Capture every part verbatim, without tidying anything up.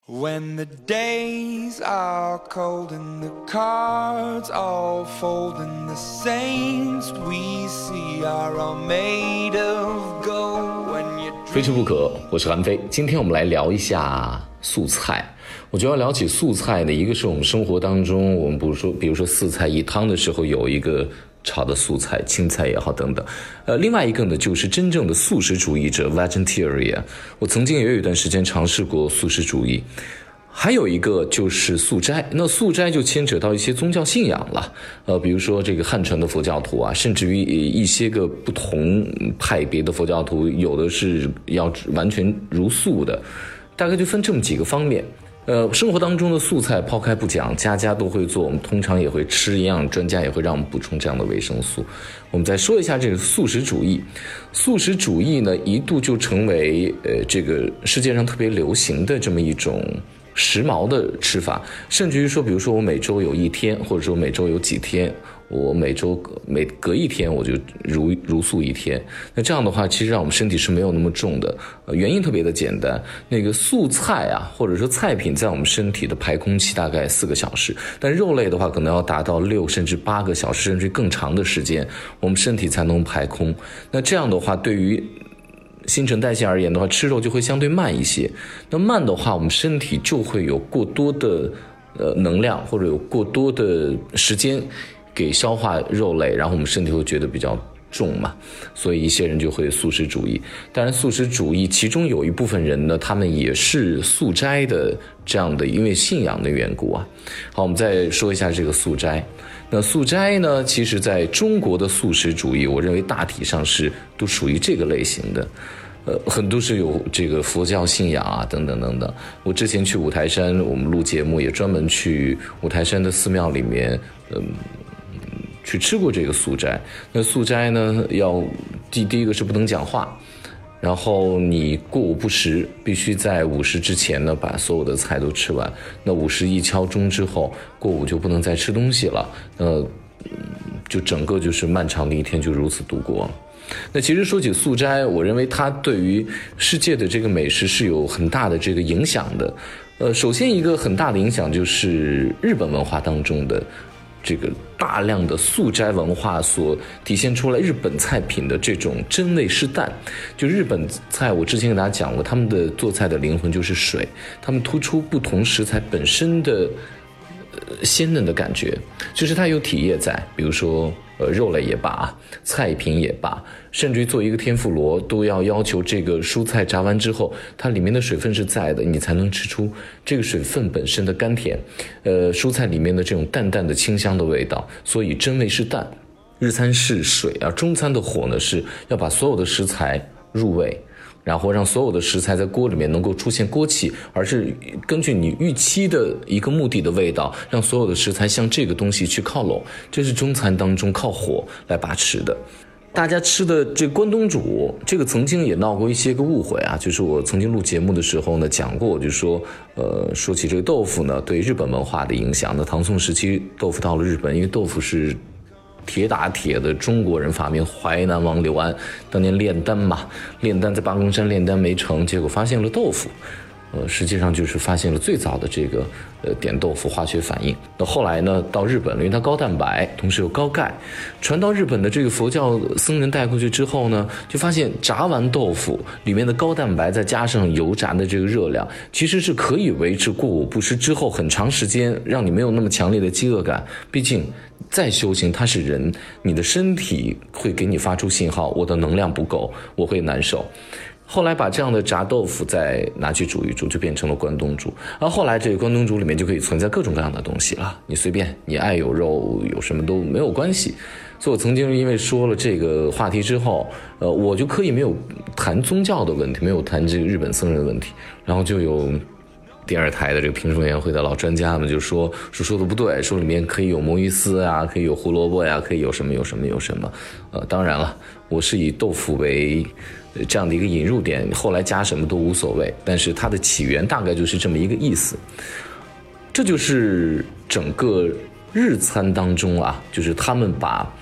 When the days are cold and the cards all fold and the saints we see are all made of gold when you 非吃不可，我是韩非。今天我们来聊一下素菜。我觉得聊起素菜呢，一个是我们生活当中，我们比如说比如说四菜一汤的时候有一个炒的素菜，青菜也好等等。呃，另外一个呢，就是真正的素食主义者 vegetarian。我曾经也有一段时间尝试过素食主义。还有一个就是素斋，那素斋就牵扯到一些宗教信仰了，呃，比如说这个汉传的佛教徒啊，甚至于一些个不同派别的佛教徒，有的是要完全茹素的，大概就分这么几个方面。呃，生活当中的素菜抛开不讲，家家都会做，我们通常也会吃一样，专家也会让我们补充这样的维生素。我们再说一下这个素食主义，素食主义呢一度就成为呃这个世界上特别流行的这么一种时髦的吃法，甚至于说，比如说我每周有一天，或者说每周有几天，我每周每隔一天我就茹茹素一天。那这样的话，其实让我们身体是没有那么重的。呃、原因特别的简单，那个素菜啊，或者说菜品在我们身体的排空期大概四个小时，但肉类的话可能要达到六甚至八个小时，甚至更长的时间，我们身体才能排空。那这样的话，对于新陈代谢而言的话，吃肉就会相对慢一些。那慢的话，我们身体就会有过多的呃能量，或者有过多的时间给消化肉类，然后我们身体会觉得比较重嘛，所以一些人就会素食主义。当然素食主义其中有一部分人呢，他们也是素斋的这样的，因为信仰的缘故啊。好，我们再说一下这个素斋。那素斋呢，其实在中国的素食主义，我认为大体上是都属于这个类型的。呃，很多是有这个佛教信仰啊，等等等等。我之前去五台山，我们录节目也专门去五台山的寺庙里面，嗯、呃，去吃过这个素斋。那素斋呢，要第第一个是不能讲话，然后你过午不食，必须在午时之前呢把所有的菜都吃完。那午时一敲钟之后，过午就不能再吃东西了。呃，就整个就是漫长的一天就如此度过了。那其实说起素斋，我认为它对于世界的这个美食是有很大的这个影响的。呃，首先一个很大的影响就是日本文化当中的这个大量的素斋文化所体现出来日本菜品的这种真味是淡。就日本菜，我之前给大家讲过，他们的做菜的灵魂就是水，他们突出不同食材本身的呃鲜嫩的感觉，就是它有体液在，比如说呃肉类也罢，菜品也罢，甚至于做一个天妇罗都要要求这个蔬菜炸完之后，它里面的水分是在的，你才能吃出这个水分本身的甘甜，呃蔬菜里面的这种淡淡的清香的味道，所以真味是淡。日餐是水，而中餐的火呢是要把所有的食材入味，然后让所有的食材在锅里面能够出现锅气，而是根据你预期的一个目的的味道，让所有的食材向这个东西去靠拢。这是中餐当中靠火来把持的。大家吃的这关东煮，这个曾经也闹过一些个误会啊，就是我曾经录节目的时候呢讲过，我就说呃说起这个豆腐呢对日本文化的影响。那唐宋时期豆腐到了日本，因为豆腐是铁打铁的中国人发明，淮南王刘安当年炼丹嘛，炼丹在八公山炼丹没成，结果发现了豆腐，呃，实际上就是发现了最早的这个呃点豆腐化学反应。那后来呢，到日本了，因为它高蛋白，同时有高钙，传到日本的这个佛教僧人带过去之后呢，就发现炸完豆腐里面的高蛋白再加上油炸的这个热量，其实是可以维持过午不食之后很长时间，让你没有那么强烈的饥饿感。毕竟再修行它是人，你的身体会给你发出信号，我的能量不够，我会难受。后来把这样的炸豆腐再拿去煮一煮，就变成了关东煮。而后来这个关东煮里面就可以存在各种各样的东西了，你随便，你爱有肉有什么都没有关系。所以我曾经因为说了这个话题之后，呃，我就刻意没有谈宗教的问题，没有谈这个日本僧人的问题，然后就有电视台的这个评述委员会的老专家们就说说说的不对，说里面可以有魔芋丝啊，可以有胡萝卜呀、啊，可以有什么有什么有什么。呃，当然了，我是以豆腐为这样的一个引入点，后来加什么都无所谓，但是它的起源大概就是这么一个意思。这就是整个日餐当中啊，就是他们把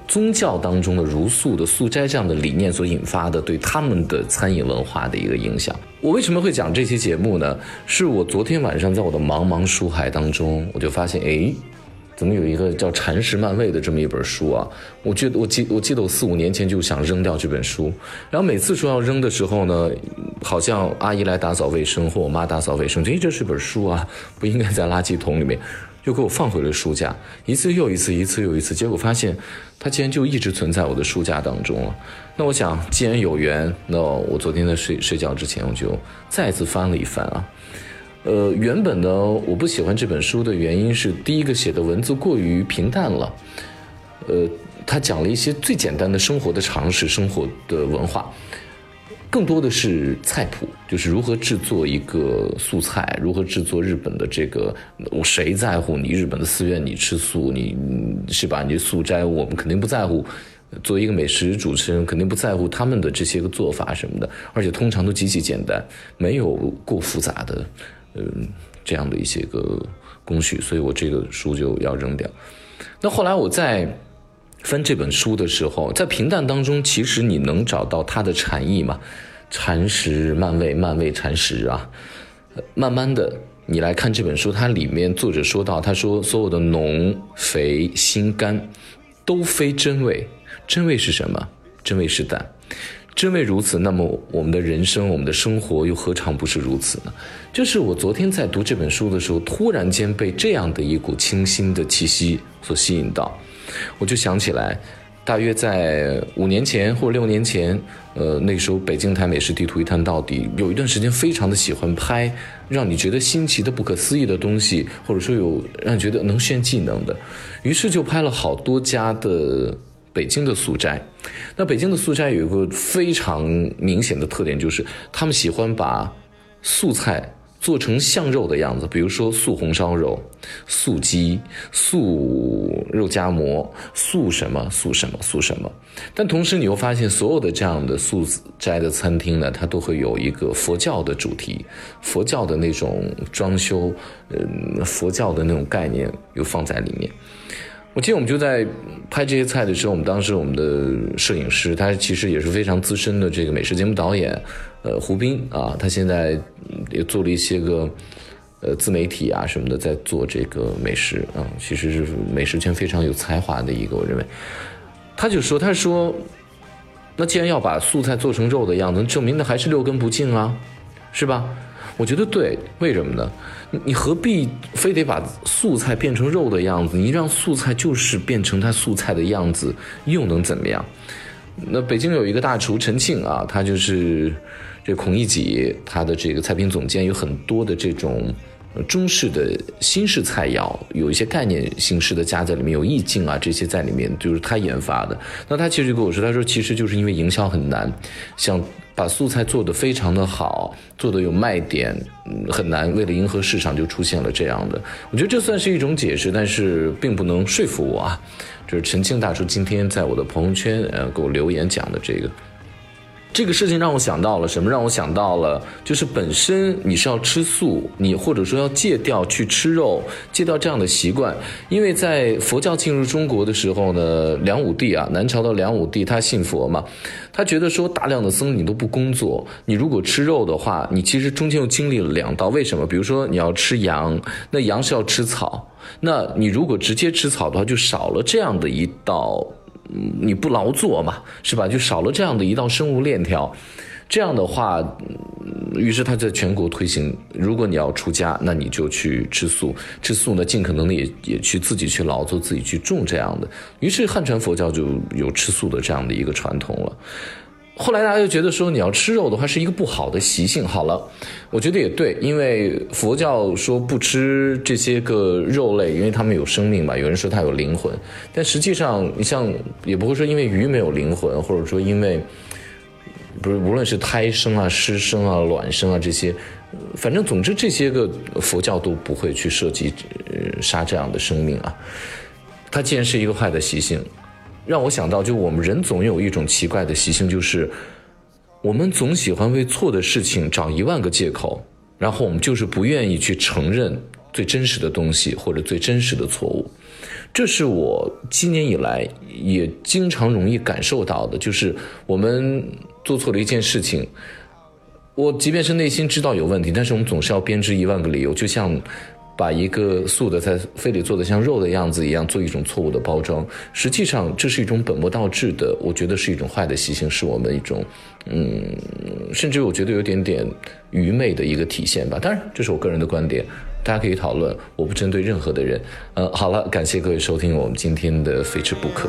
宗教当中的茹素的素斋这样的理念所引发的对他们的餐饮文化的一个影响。我为什么会讲这期节目呢？是我昨天晚上在我的茫茫书海当中，我就发现，诶，怎么有一个叫《禅食漫味》的这么一本书啊？我觉得我记我记得我四五年前就想扔掉这本书，然后每次说要扔的时候呢，好像阿姨来打扫卫生或我妈打扫卫生，诶，这是本书啊，不应该在垃圾桶里面，又给我放回了书架，一次又一次，一次又一次，结果发现它竟然就一直存在我的书架当中了。那我想既然有缘，那我昨天在睡睡觉之前我就再次翻了一翻啊。呃，原本呢我不喜欢这本书的原因是，第一个写的文字过于平淡了，呃，他讲了一些最简单的生活的常识、生活的文化，更多的是菜谱，就是如何制作一个素菜，如何制作日本的这个，谁在乎你日本的寺院你吃素，你是吧？你素斋我们肯定不在乎，作为一个美食主持人肯定不在乎他们的这些个做法什么的，而且通常都极其简单，没有过复杂的嗯这样的一些个工序，所以我这个书就要扔掉。那后来我在翻这本书的时候，在平淡当中其实你能找到它的禅意嘛，禅食漫味，漫味禅食啊。慢慢的你来看这本书，它里面作者说到，他说所有的浓肥辛甘都非真味，真味是什么？真味是淡。真味如此，那么我们的人生，我们的生活又何尝不是如此呢？就是我昨天在读这本书的时候，突然间被这样的一股清新的气息所吸引到，我就想起来，大约在五年前或者六年前，呃，那个时候北京台美食地图一探到底，有一段时间非常的喜欢拍让你觉得新奇的、不可思议的东西，或者说有让你觉得能炫技能的，于是就拍了好多家的北京的素斋。那北京的素斋有一个非常明显的特点，就是他们喜欢把素菜做成像肉的样子，比如说素红烧肉、素鸡、素肉夹馍、素什么素什么素什么。但同时你又发现，所有的这样的素斋的餐厅呢，它都会有一个佛教的主题，佛教的那种装修，嗯，佛教的那种概念又放在里面。我记得我们就在拍这些菜的时候，我们当时我们的摄影师，他其实也是非常资深的这个美食节目导演，呃，胡斌啊，他现在也做了一些个呃自媒体啊什么的，在做这个美食啊，其实是美食圈非常有才华的一个，我认为。他就说，他说，那既然要把素菜做成肉的样子，证明的还是六根不净啊，是吧？我觉得对，为什么呢？你何必非得把素菜变成肉的样子？你让素菜就是变成它素菜的样子，又能怎么样？那北京有一个大厨陈庆啊，他就是这孔乙己，他的这个菜品总监，有很多的这种中式的新式菜肴，有一些概念形式的加在里面，有意境啊这些在里面，就是他研发的。那他其实跟我说，他说其实就是因为营销很难，想把素菜做得非常的好，做得有卖点，嗯，很难，为了迎合市场就出现了这样的。我觉得这算是一种解释，但是并不能说服我啊。这是陈庆大叔今天在我的朋友圈呃给我留言讲的这个。这个事情让我想到了什么？让我想到了，就是本身你是要吃素，你或者说要戒掉去吃肉，戒掉这样的习惯。因为在佛教进入中国的时候呢，梁武帝啊，南朝的梁武帝他信佛嘛，他觉得说大量的僧你都不工作，你如果吃肉的话，你其实中间又经历了两道。为什么？比如说你要吃羊，那羊是要吃草，那你如果直接吃草的话，就少了这样的一道。你不劳作嘛，是吧？就少了这样的一道生物链条。这样的话，于是他在全国推行，如果你要出家，那你就去吃素，吃素呢，尽可能的也也去自己去劳作，自己去种这样的。于是汉传佛教就有吃素的这样的一个传统了。后来大家就觉得说，你要吃肉的话是一个不好的习性。好了，我觉得也对，因为佛教说不吃这些个肉类，因为他们有生命嘛，有人说它有灵魂，但实际上你像也不会说因为鱼没有灵魂，或者说因为不是无论是胎生啊、湿生啊、卵生啊这些，反正总之这些个佛教都不会去涉及呃杀这样的生命啊。它既然是一个坏的习性，让我想到，就我们人总有一种奇怪的习性，就是我们总喜欢为错的事情找一万个借口，然后我们就是不愿意去承认最真实的东西或者最真实的错误。 这是我今年以来也经常容易感受到的，就是我们做错了一件事情，我即便是内心知道有问题，但是我们总是要编织一万个理由，就像把一个素的菜非得做得像肉的样子一样，做一种错误的包装。实际上这是一种本末倒置的，我觉得是一种坏的习性，是我们一种嗯，甚至我觉得有点点愚昧的一个体现吧。当然这是我个人的观点，大家可以讨论，我不针对任何的人。呃，好了，感谢各位收听我们今天的非吃不可。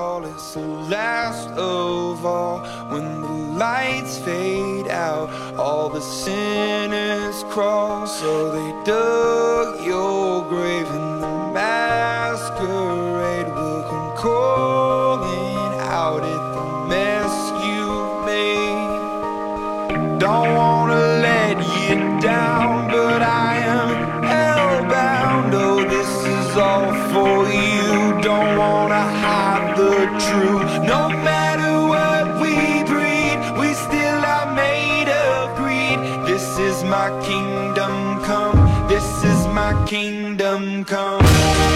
Lights fade out, all the sinners crawl, so they dug your grave and the masquerade will come calling out at the mess you made. Don't wanna let you down, but I am hellbound. Oh, this is all for you. Don't wanna hide the truth, no matter what we breed, we still are made of greed. This is my kingdom come, this is my kingdom come.